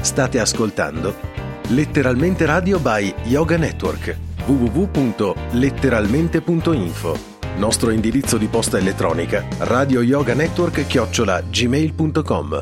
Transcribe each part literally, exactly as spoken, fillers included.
State ascoltando Letteralmente Radio by Yoga Network. w w w punto letteralmente punto info. Nostro indirizzo di posta elettronica radioyoganetwork chiocciola gmail punto com.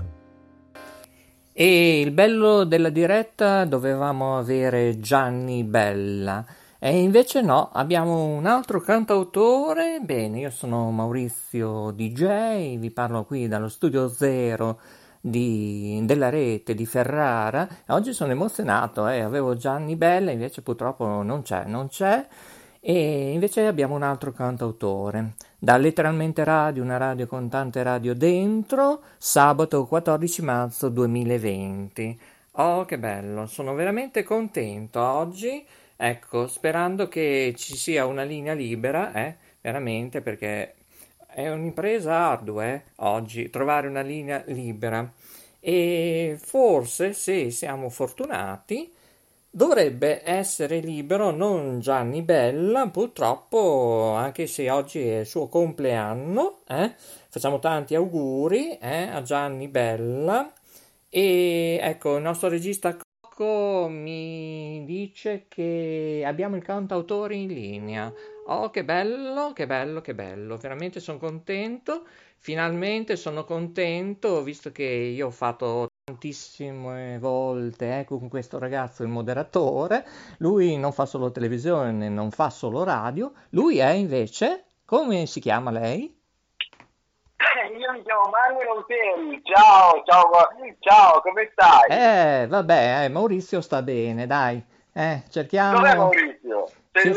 E il bello della diretta dovevamo avere Gianni Bella e invece no, abbiamo un altro cantautore. Bene, io sono Maurizio D J, vi parlo qui dallo studio zero di, della rete di Ferrara. Oggi sono emozionato, eh, avevo Gianni Bella, invece purtroppo non c'è, non c'è. E invece abbiamo un altro cantautore, da Letteralmente Radio, una radio con tante radio dentro, sabato quattordici marzo duemilaventi. Oh, che bello, sono veramente contento oggi, ecco, sperando che ci sia una linea libera, eh, veramente, perché è un'impresa ardua, eh, oggi, trovare una linea libera. E forse, se siamo fortunati, dovrebbe essere libero non Gianni Bella, purtroppo, anche se oggi è il suo compleanno, eh? Facciamo tanti auguri eh, a Gianni Bella. E ecco, il nostro regista Cocco mi dice che abbiamo il cantautore in linea. Oh, che bello, che bello, che bello, veramente sono contento. Finalmente sono contento, visto che io ho fatto tantissime volte eh, con questo ragazzo, il moderatore. Lui non fa solo televisione, non fa solo radio. Lui è invece, come si chiama lei? Io mi chiamo Manuel Onteri. Ciao, ciao, ciao, come stai? Eh, vabbè, eh, Maurizio sta bene, dai. Eh, cerchiamo... Dov'è Maurizio? Sì.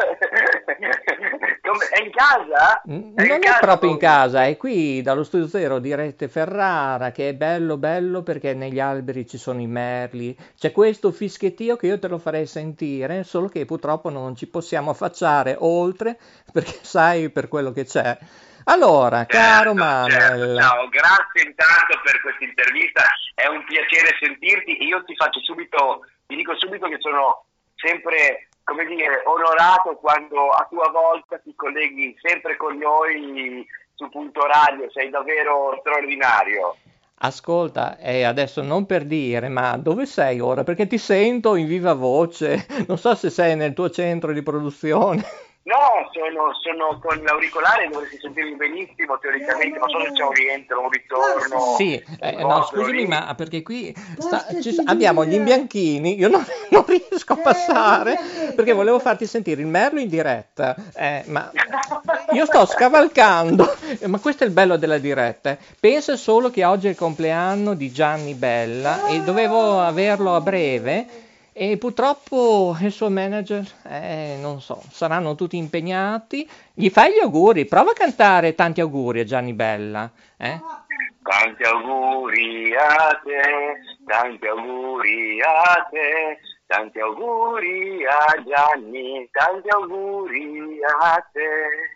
Come- È in casa? Non È in è casa, proprio in Maurizio? casa, è qui dallo studio zero di Rete Ferrara, che è bello bello perché negli alberi ci sono i merli, c'è questo fischiettio che io te lo farei sentire, solo che purtroppo non ci possiamo affacciare oltre, perché sai per quello che c'è. Allora, caro Certo, certo. Manuel, Ciao, grazie intanto per questa intervista, è un piacere sentirti. Io ti faccio subito, ti dico subito che sono sempre, come dire, onorato quando a tua volta ti colleghi sempre con noi su Punto Radio, sei davvero straordinario. ascolta, e adesso non per dire, ma dove sei ora? Perché ti sento in viva voce, non so se sei nel tuo centro di produzione. No, sono, sono con l'auricolare, dovresti sentirmi benissimo teoricamente, ma solo se c'è un rientro, un ritorno. Sì, eh, no, proprio scusami, lì. ma perché qui sta- ci s- abbiamo gli imbianchini, io non, non riesco a passare perché volevo farti sentire il merlo in diretta, eh, ma io sto scavalcando, eh, ma questo è il bello della diretta. eh. Pensa solo che oggi è il compleanno di Gianni Bella e dovevo averlo a breve. E purtroppo il suo manager, eh, non so, saranno tutti impegnati. Gli fai gli auguri, prova a cantare tanti auguri a Gianni Bella. Eh? Tanti auguri a te, tanti auguri a te, tanti auguri a Gianni, tanti auguri a te.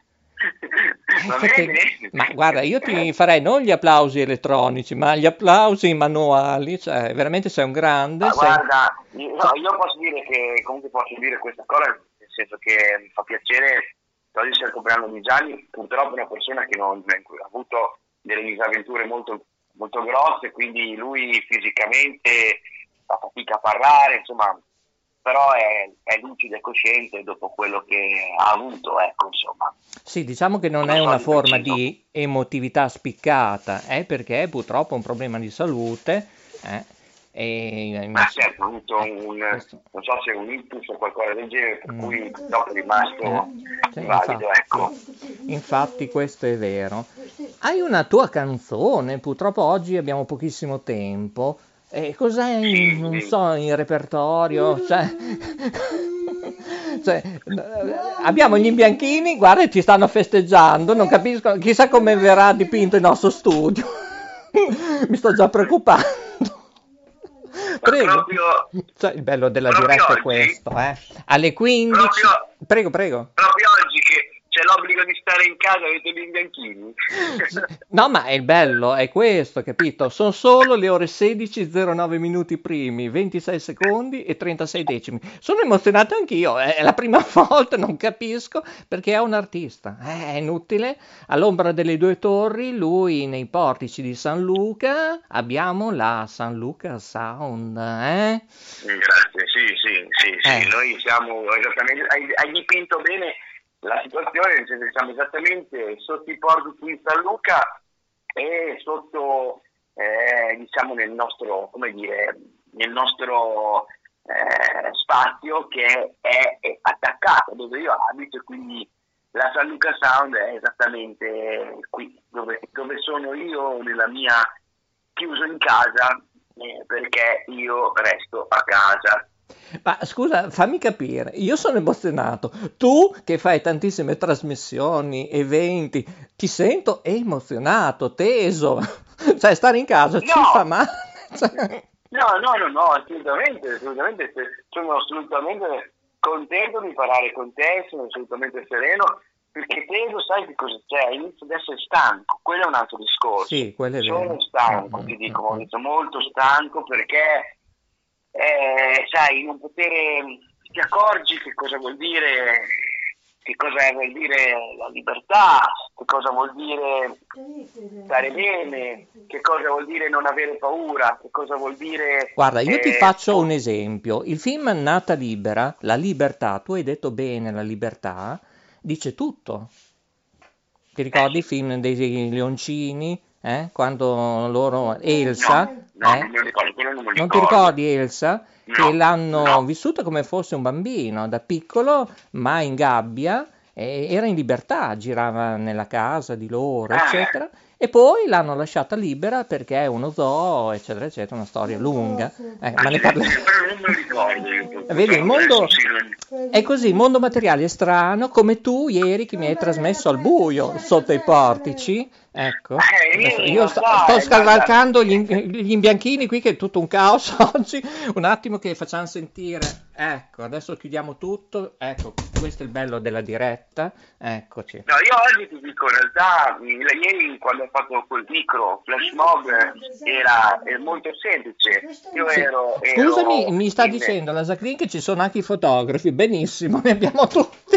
Va Perché- bene? ma guarda, io ti farei non gli applausi elettronici, ma gli applausi manuali, cioè veramente sei un grande. Ma sei- guarda, io, no, io posso dire che comunque posso dire questa cosa, nel senso che mi fa piacere che oggi sia il compleanno di Gianni, purtroppo è una persona che non ha avuto delle disavventure molto, molto grosse, quindi lui fisicamente fa fatica a parlare, insomma, però è, è lucido e cosciente dopo quello che ha avuto, ecco, insomma. Sì, diciamo che non è una forma di emotività spiccata, eh, perché è purtroppo un problema di salute. eh, e, Ma certo, ha avuto un, questo- non so se un ictus o qualcosa del genere, per Mm. cui dopo è rimasto Eh, sì, invalido, infatti, ecco. infatti questo è vero. Hai una tua canzone, purtroppo oggi abbiamo pochissimo tempo. E cos'è in, Sì, non sì. so, in repertorio? Cioè, cioè, eh, abbiamo gli imbianchini, guarda, ci stanno festeggiando, non capisco, chissà come verrà dipinto il nostro studio. Mi sto già preoccupando. Prego. proprio- Cioè, il bello della proprio diretta è oggi- questo, eh. Alle quindici. proprio- Prego, prego. Proprio oggi che c'è l'obbligo di stare in casa, avete gli imbianchini. No, ma è il bello, è questo, capito? Sono solo le ore sedici e zero nove minuti primi, ventisei secondi e trentasei decimi. Sono emozionato anch'io, è la prima volta, non capisco perché è un artista. Eh, è inutile. All'ombra delle due torri, lui nei portici di San Luca, abbiamo la San Luca Sound, eh? Grazie, sì, sì, sì, sì. Eh. Noi siamo esattamente, hai, hai dipinto bene la situazione, nel senso che siamo esattamente sotto i portici di San Luca e sotto, eh, diciamo, nel nostro, come dire, nel nostro eh, spazio che è, è attaccato dove io abito, e quindi la San Luca Sound è esattamente qui, dove, dove sono io, nella mia chiuso in casa, eh, perché io resto a casa. Ma scusa, fammi capire, io sono emozionato, tu che fai tantissime trasmissioni, eventi, ti sento emozionato, teso, cioè stare in casa No! ci fa male. Cioè, No, no, no, no, assolutamente, assolutamente, sono assolutamente contento di parlare con te, sono assolutamente sereno, perché teso, sai che cosa c'è? Inizio ad essere stanco, quello è un altro discorso. Sì, quello è vero. Sono stanco, Mm, ti mm, dico, mm. Maurizio, molto stanco, perché eh, sai, non poter, ti accorgi che cosa vuol dire, che cosa vuol dire la libertà, che cosa vuol dire stare bene, che cosa vuol dire non avere paura, che cosa vuol dire... Guarda, io ti eh, faccio un esempio. Il film Nata Libera, la libertà, tu hai detto bene, la libertà dice tutto. Ti ricordi il film dei leoncini? Eh? Quando loro, Elsa, No, no, eh? non me lo ricordo, quello non me lo Non ti ricordo. ricordi Elsa? No, Che l'hanno no. vissuta come fosse un bambino, da piccolo, ma in gabbia, e era in libertà, girava nella casa di loro, Ah. eccetera. E poi l'hanno lasciata libera perché è uno zoo, eccetera, eccetera, una storia lunga. Eh, ma ne parliamo. Quello non me lo ricordo. io. Vedi, il mondo Adesso sì, non- è così, il mondo materiale è strano, come tu ieri che mi hai trasmesso al buio sotto i portici. Ecco, Eh, adesso io io lo sto, so, sto eh, scavalcando gli, guarda. gli imbianchini qui che è tutto un caos oggi. Un attimo che facciamo sentire. Ecco, adesso chiudiamo tutto. Ecco, questo è il bello della diretta. Eccoci. No, io oggi ti dico, in realtà, mh, ieri quando ho fatto quel micro flash mob eh, era, era molto semplice. Io Sì. ero, ero Scusami, mi sta in- dicendo la Jacqueline che ci sono anche i fotografi. Benissimo, ne abbiamo tutti.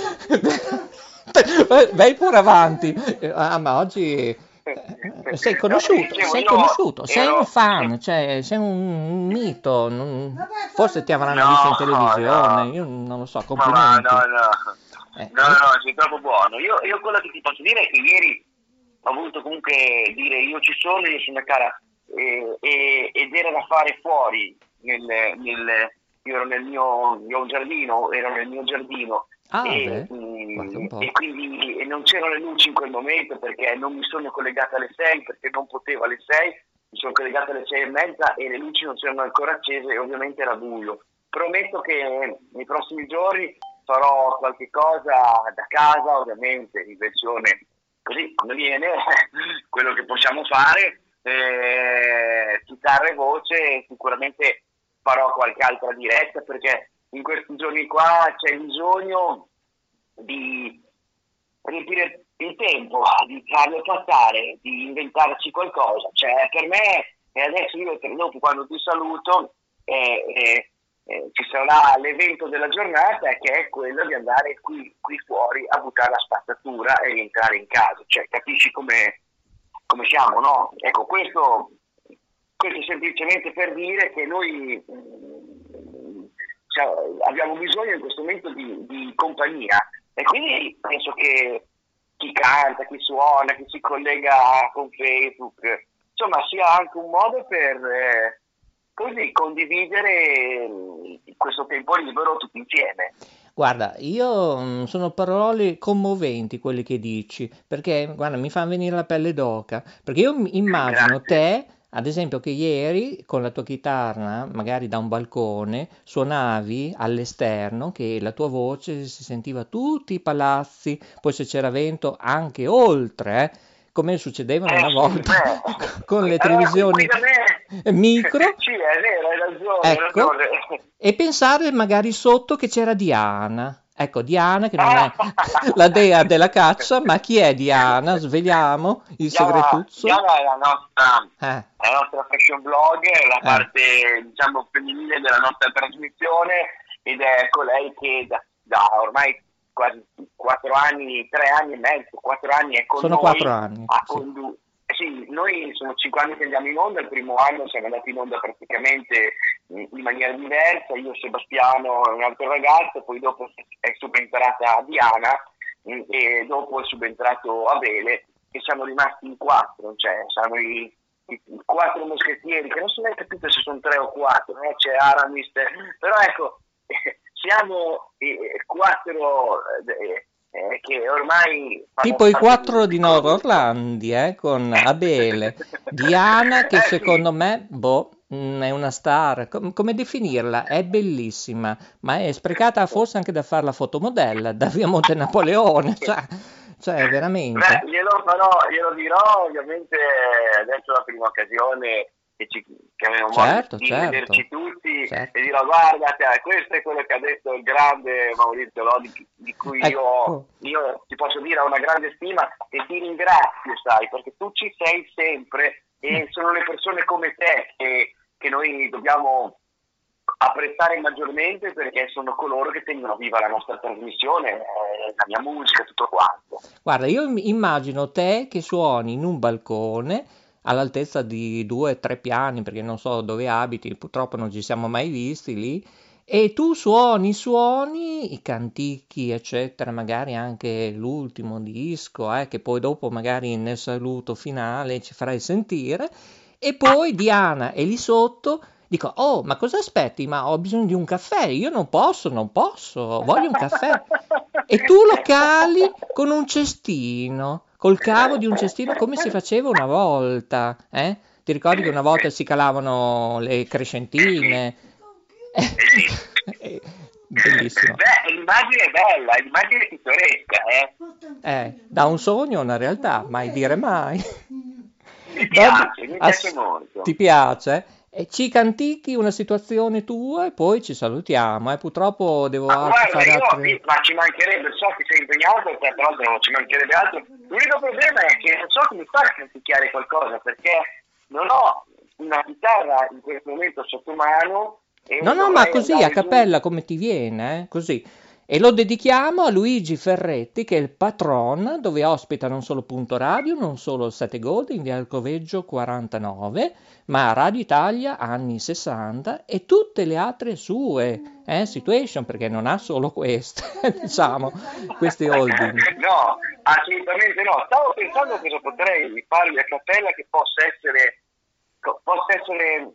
Vai pure avanti. Eh, Ah, ma oggi eh, sei conosciuto, Dicevo, sei io conosciuto, sei ero- un fan, cioè sei un mito. non- Forse ti avranno No, visto in televisione, no. io non lo so, No, complimenti. no, no. Eh, No, no, sei troppo buono. Io, io quello che ti posso dire è che ieri ho voluto comunque dire io ci sono, io sono a cara, eh, e- ed era da fare fuori, nel, nel, io ero nel mio, io ho un giardino, ero nel mio giardino. Ah, e, beh, mm, guarda un po'. e quindi e non c'erano le luci in quel momento perché non mi sono collegata alle sei, perché non potevo alle sei, mi sono collegata alle sei e mezza e le luci non c'erano ancora accese e ovviamente era buio. Prometto che nei prossimi giorni farò qualche cosa da casa, ovviamente in versione così come viene, quello che possiamo fare, eh, chitarra e voce, sicuramente farò qualche altra diretta perché in questi giorni qua c'è bisogno di riempire il tempo, di farlo passare, di inventarci qualcosa. Cioè, per me, e adesso io dopo quando ti saluto, eh, eh, eh, ci sarà l'evento della giornata che è quello di andare qui, qui fuori a buttare la spazzatura e rientrare in casa. Cioè, capisci come, come siamo, no? Ecco, questo, questo semplicemente per dire che noi mh, cioè, abbiamo bisogno in questo momento di, di compagnia e quindi penso che chi canta, chi suona, chi si collega con Facebook, insomma sia anche un modo per eh, così condividere questo tempo libero tutti insieme. Guarda, io mh, sono parole commoventi quelle che dici, perché guarda, mi fa venire la pelle d'oca, perché io mi immagino Grazie. te, ad esempio, che ieri con la tua chitarra, magari da un balcone, suonavi all'esterno, che la tua voce si sentiva tutti i palazzi, poi se c'era vento anche oltre, eh, come succedeva una Eh, volta beh. con le Allora, televisioni qui da me- micro. Sì, è vero, hai ragione, hai Ecco, ragione. e pensare magari sotto che c'era Diana, Ecco, Diana, che non è la dea della caccia, ma chi è Diana? Sveliamo il Diana, segretuzzo. Diana è la nostra, Eh, è la nostra fashion blog, è la eh. parte diciamo femminile della nostra trasmissione ed è colei che da, da ormai quasi quattro anni, tre anni e mezzo, quattro anni è con Sono noi. quattro anni, A sì. condu- eh sì, noi sono cinque anni che andiamo in onda, il primo anno siamo andati in onda praticamente in in maniera diversa, io, Sebastiano e un altro ragazzo, poi dopo è subentrata Diana mm, e dopo è subentrato Abele e siamo rimasti in quattro, cioè siamo i, i, i quattro moschettieri, che non so neanche capito se sono tre o quattro, no? C'è Aramis, però ecco, siamo eh, quattro eh, eh, che ormai... fanno Tipo i parte quattro di- di Nord Orlandi, eh, con Abele, Diana che Eh, sì. secondo me, boh, mh, è una star. Com- come definirla? È bellissima, ma è sprecata forse anche da fare la fotomodella, da via Monte Napoleone, cioè, cioè veramente. Beh, glielo farò, glielo dirò ovviamente adesso è la prima occasione che, ci, che avremo Certo, modo di certo, vederci tutti certo. e dirò guarda, cioè, questo è quello che ha detto il grande Maurizio Lodi di, di cui io, Ecco. io ti posso dire ho una grande stima e ti ringrazio, sai, perché tu ci sei sempre e sono le persone come te che, che noi dobbiamo apprezzare maggiormente perché sono coloro che tengono viva la nostra trasmissione, eh, la mia musica, tutto quanto. Guarda, io im- immagino te che suoni in un balcone all'altezza di due o tre piani, perché non so dove abiti, purtroppo non ci siamo mai visti lì, e tu suoni, suoni i cantichi, eccetera, magari anche l'ultimo disco, eh, che poi dopo magari nel saluto finale ci farai sentire, e poi Diana è lì sotto. Dico, oh, ma cosa aspetti? Ma ho bisogno di un caffè. Io non posso, non posso, voglio un caffè. E tu lo cali con un cestino, col cavo di un cestino come si faceva una volta, eh? Ti ricordi che una volta si calavano le crescentine? Eh, Bellissimo. Beh, l'immagine è bella, l'immagine è pittoresca, eh. Eh, da un sogno a una realtà, mai dire mai. Mi piace, mi Ass- piace molto. Ti piace? E ci cantichi una situazione tua e poi ci salutiamo. Eh. Purtroppo devo Ma altri- guarda, fare io, altre... io- ma ci mancherebbe, so che sei impegnato, certe volte non ci mancherebbe altro. L'unico problema è che non so come fare a canticchiare qualcosa, perché non ho una chitarra in questo momento sotto mano. E No, no, ma dovrei così a andare giù. cappella come ti viene, eh? Così. E lo dedichiamo a Luigi Ferretti, che è il patron, dove ospita non solo Punto Radio, non solo il sette Gold in via Alcoveggio quarantanove, ma Radio Italia anni sessanta e tutte le altre sue eh, situation, perché non ha solo queste, diciamo, queste holding. No, assolutamente no. Stavo pensando cosa potrei farvi a cappella che possa essere, co- possa essere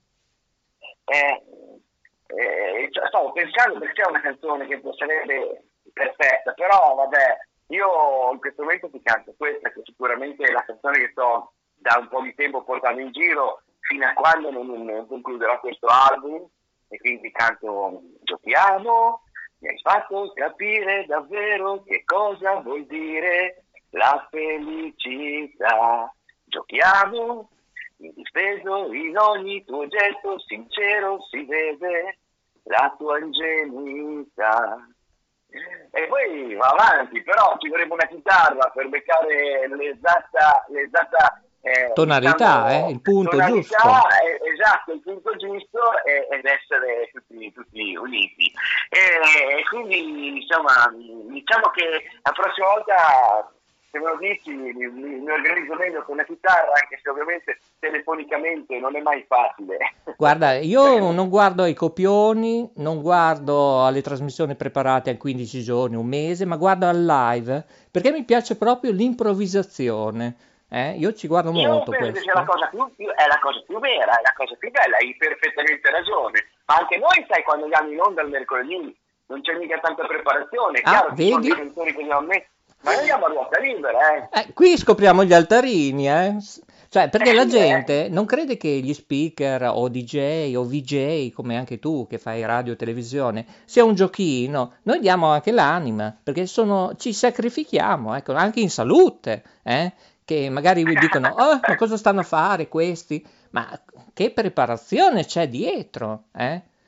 eh, eh, cioè, stavo pensando perché è una canzone che sarebbe perfetta, però vabbè, io in questo momento ti canto questa che sicuramente è la canzone che sto da un po' di tempo portando in giro fino a quando non, non concluderò questo album e quindi canto Giochiamo, mi hai fatto capire davvero che cosa vuol dire la felicità. Giochiamo, indifeso in ogni tuo gesto sincero si vede la tua ingenuità. E poi va avanti, però ci vorrebbe una chitarra per beccare l'esatta, l'esatta eh, Tonalità, diciamo, eh, il punto tonalità, giusto. eh, esatto, il punto giusto e, ed essere tutti, tutti uniti. E, e quindi insomma, diciamo che la prossima volta, se me lo dici, mi, mi, mi organizzo meglio con la chitarra, anche se ovviamente telefonicamente non è mai facile. Guarda, io non guardo ai copioni, non guardo alle trasmissioni preparate a quindici giorni, un mese, ma guardo al live, perché mi piace proprio l'improvvisazione. Eh? Io ci guardo Io molto penso che questo. sia la cosa più, più- è la cosa più vera, è la cosa più bella, hai perfettamente ragione. Ma anche noi, sai, quando andiamo in onda il mercoledì non c'è mica tanta preparazione, è Ah, chiaro, ci sono vedi? dei cantori che abbiamo messo, ma noi andiamo a ruota libera, eh. Eh, qui scopriamo gli altarini, eh? S- Cioè, perché Eh, la sì, gente non crede che gli speaker o D J o V J, come anche tu che fai radio e televisione, sia un giochino. Noi diamo anche l'anima, perché sono, ci sacrifichiamo, ecco, anche in salute, eh? Che magari vi dicono, oh, ma cosa stanno a fare questi? Ma che preparazione c'è dietro, eh? Sì,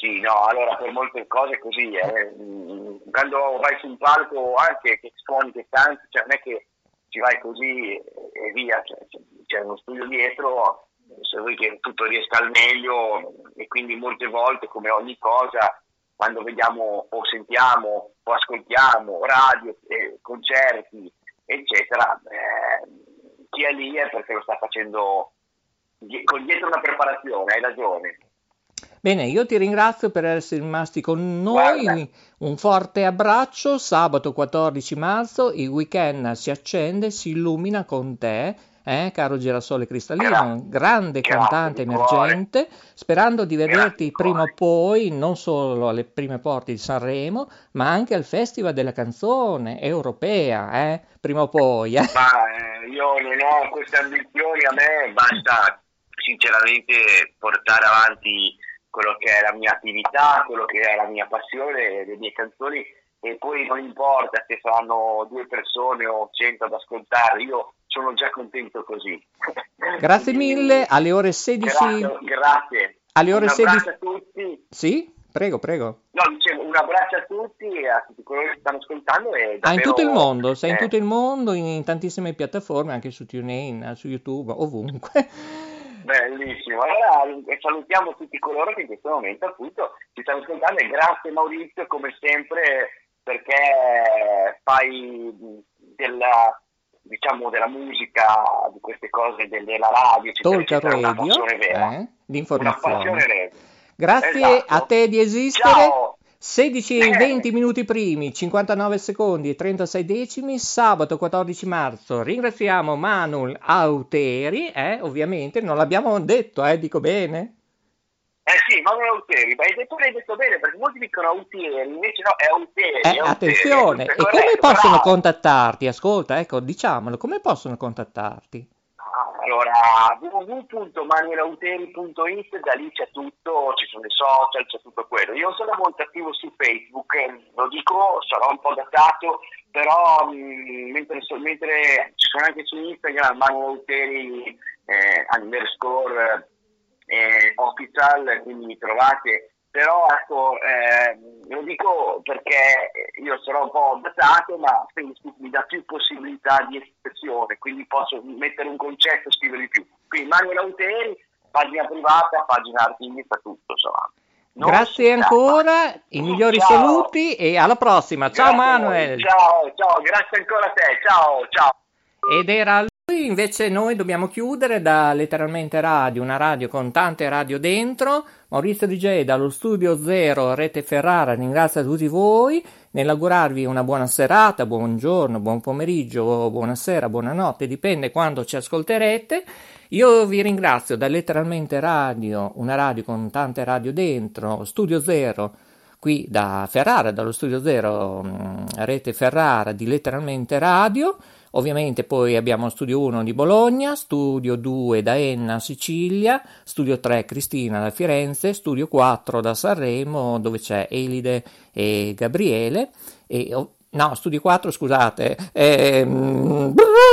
sì, no, allora per molte cose così, eh. Quando vai su un palco anche che suoni che tanto, cioè non è che ci vai così e, e via, cioè, c'è uno studio dietro, se vuoi che tutto riesca al meglio, e quindi molte volte, come ogni cosa, quando vediamo o sentiamo o ascoltiamo radio, eh, concerti, eccetera, eh, chi è lì è perché lo sta facendo con dietro una preparazione, hai ragione. Bene, io ti ringrazio per essere rimasti con noi. Guarda. Un forte abbraccio. Sabato quattordici marzo il weekend si accende, si illumina con te, eh, caro Girasole Cristallino, grazie. Grande grazie cantante emergente, cuore. Sperando di vederti grazie prima o poi, non solo alle prime porte di Sanremo, ma anche al Festival della Canzone Europea, eh, prima o poi. Eh. Ma eh, io non ho queste ambizioni, a me basta sinceramente portare avanti quello che è la mia attività, quello che è la mia passione, le mie canzoni, e poi non importa se saranno due persone o cento ad ascoltare, io sono già contento così. Grazie mille, alle ore sedici. Grazie. grazie. Alle ore un sedici. abbraccio a tutti. Sì? Prego, prego. No, dicevo, un abbraccio a tutti e a tutti quelli che stanno ascoltando. E davvero, ah, in tutto il mondo, sei eh. in tutto il mondo, in tantissime piattaforme, anche su TuneIn, su YouTube, ovunque. Bellissimo, allora salutiamo tutti coloro che in questo momento appunto ci stanno ascoltando, e grazie Maurizio come sempre, perché fai della, diciamo, della musica, di queste cose, della radio, Talk eccetera, Radio, una passione vera, eh, l'informazione. Una passione vera. Grazie esatto. a te di esistere. Ciao. sedici e venti minuti primi, cinquantanove secondi e trentasei decimi, sabato quattordici marzo. Ringraziamo Manuel Auteri, eh, ovviamente, non l'abbiamo detto, eh, dico bene? Eh sì, Manuel Auteri, ma hai detto, l'hai detto bene, perché molti dicono Autieri, invece no, è Auteri. Eh, è Auteri, attenzione, è e come corretto, possono bravo. contattarti? Ascolta, ecco, diciamolo, come possono contattarti? Allora, w w w punto manuelauteri punto it, da lì c'è tutto, ci sono i social, c'è tutto quello. Io sono molto attivo su Facebook, eh, lo dico, sarò un po' datato, però mh, mentre, mentre ci sono anche su Instagram, Manuelauteri eh, underscore eh, official, quindi mi trovate. Però ecco, eh, lo dico perché io sarò un po' datato, ma Facebook mi dà più possibilità di espressione, quindi posso mettere un concetto e scrivere di più. Quindi Manuel Auteri, pagina privata, pagina artista, tutto insomma. Non Grazie ancora, i migliori ciao. Saluti e alla prossima. Ciao Grazie Manuel. Ciao, ciao, grazie ancora a te. Ciao, ciao. Ed era lui, invece noi dobbiamo chiudere da Letteralmente Radio, una radio con tante radio dentro. Maurizio D J dallo Studio Zero Rete Ferrara ringrazia tutti voi nell'augurarvi una buona serata, buongiorno, buon pomeriggio, buonasera, buonanotte, dipende quando ci ascolterete. Io vi ringrazio da Letteralmente Radio, una radio con tante radio dentro, Studio Zero, qui da Ferrara, dallo Studio Zero Rete Ferrara di Letteralmente Radio. Ovviamente poi abbiamo Studio uno di Bologna, Studio due da Enna, Sicilia, Studio tre Cristina da Firenze, Studio quattro da Sanremo, dove c'è Elide e Gabriele, e, oh, no, Studio quattro, scusate, ehm,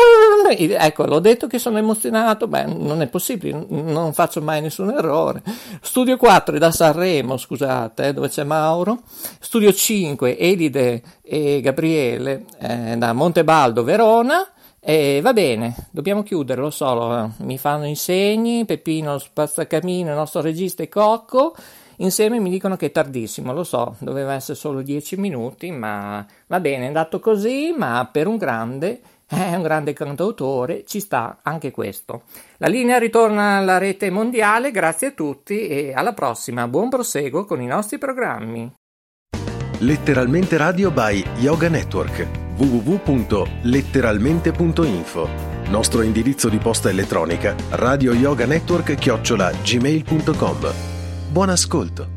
ecco, l'ho detto che sono emozionato, beh, non è possibile, non faccio mai nessun errore. Studio quattro è da Sanremo, scusate, eh, dove c'è Mauro. Studio cinque, Elide e Gabriele, eh, da Montebaldo, Verona. E va bene, dobbiamo chiudere, lo so, mi fanno i segni, Peppino Spazzacamino, il nostro regista e Cocco. Insieme mi dicono che è tardissimo, lo so, doveva essere solo dieci minuti, ma va bene, è andato così, ma per un grande, è un grande cantautore, ci sta anche questo. La linea ritorna alla rete mondiale, grazie a tutti e alla prossima, buon proseguo con i nostri programmi. Letteralmente Radio by Yoga Network, w w w punto letteralmente punto info. Nostro indirizzo di posta elettronica radioyoganetwork chiocciola gmail punto com. Buon ascolto.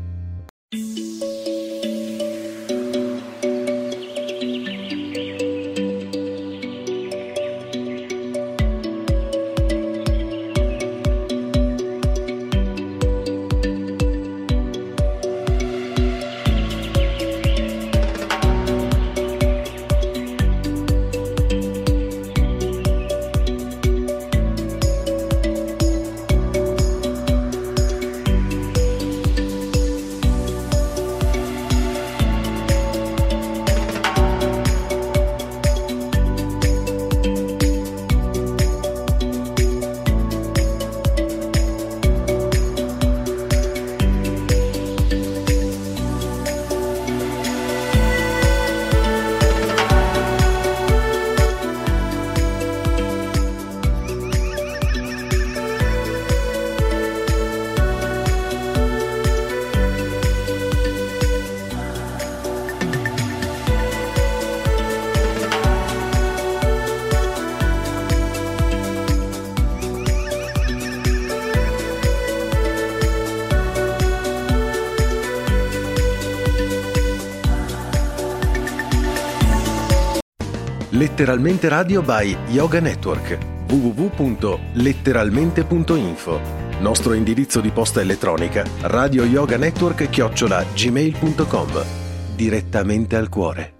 Letteralmente Radio by Yoga Network. w w w punto letteralmente punto info. Nostro indirizzo di posta elettronica radio yoga network chiocciola gmail punto com. Direttamente al cuore.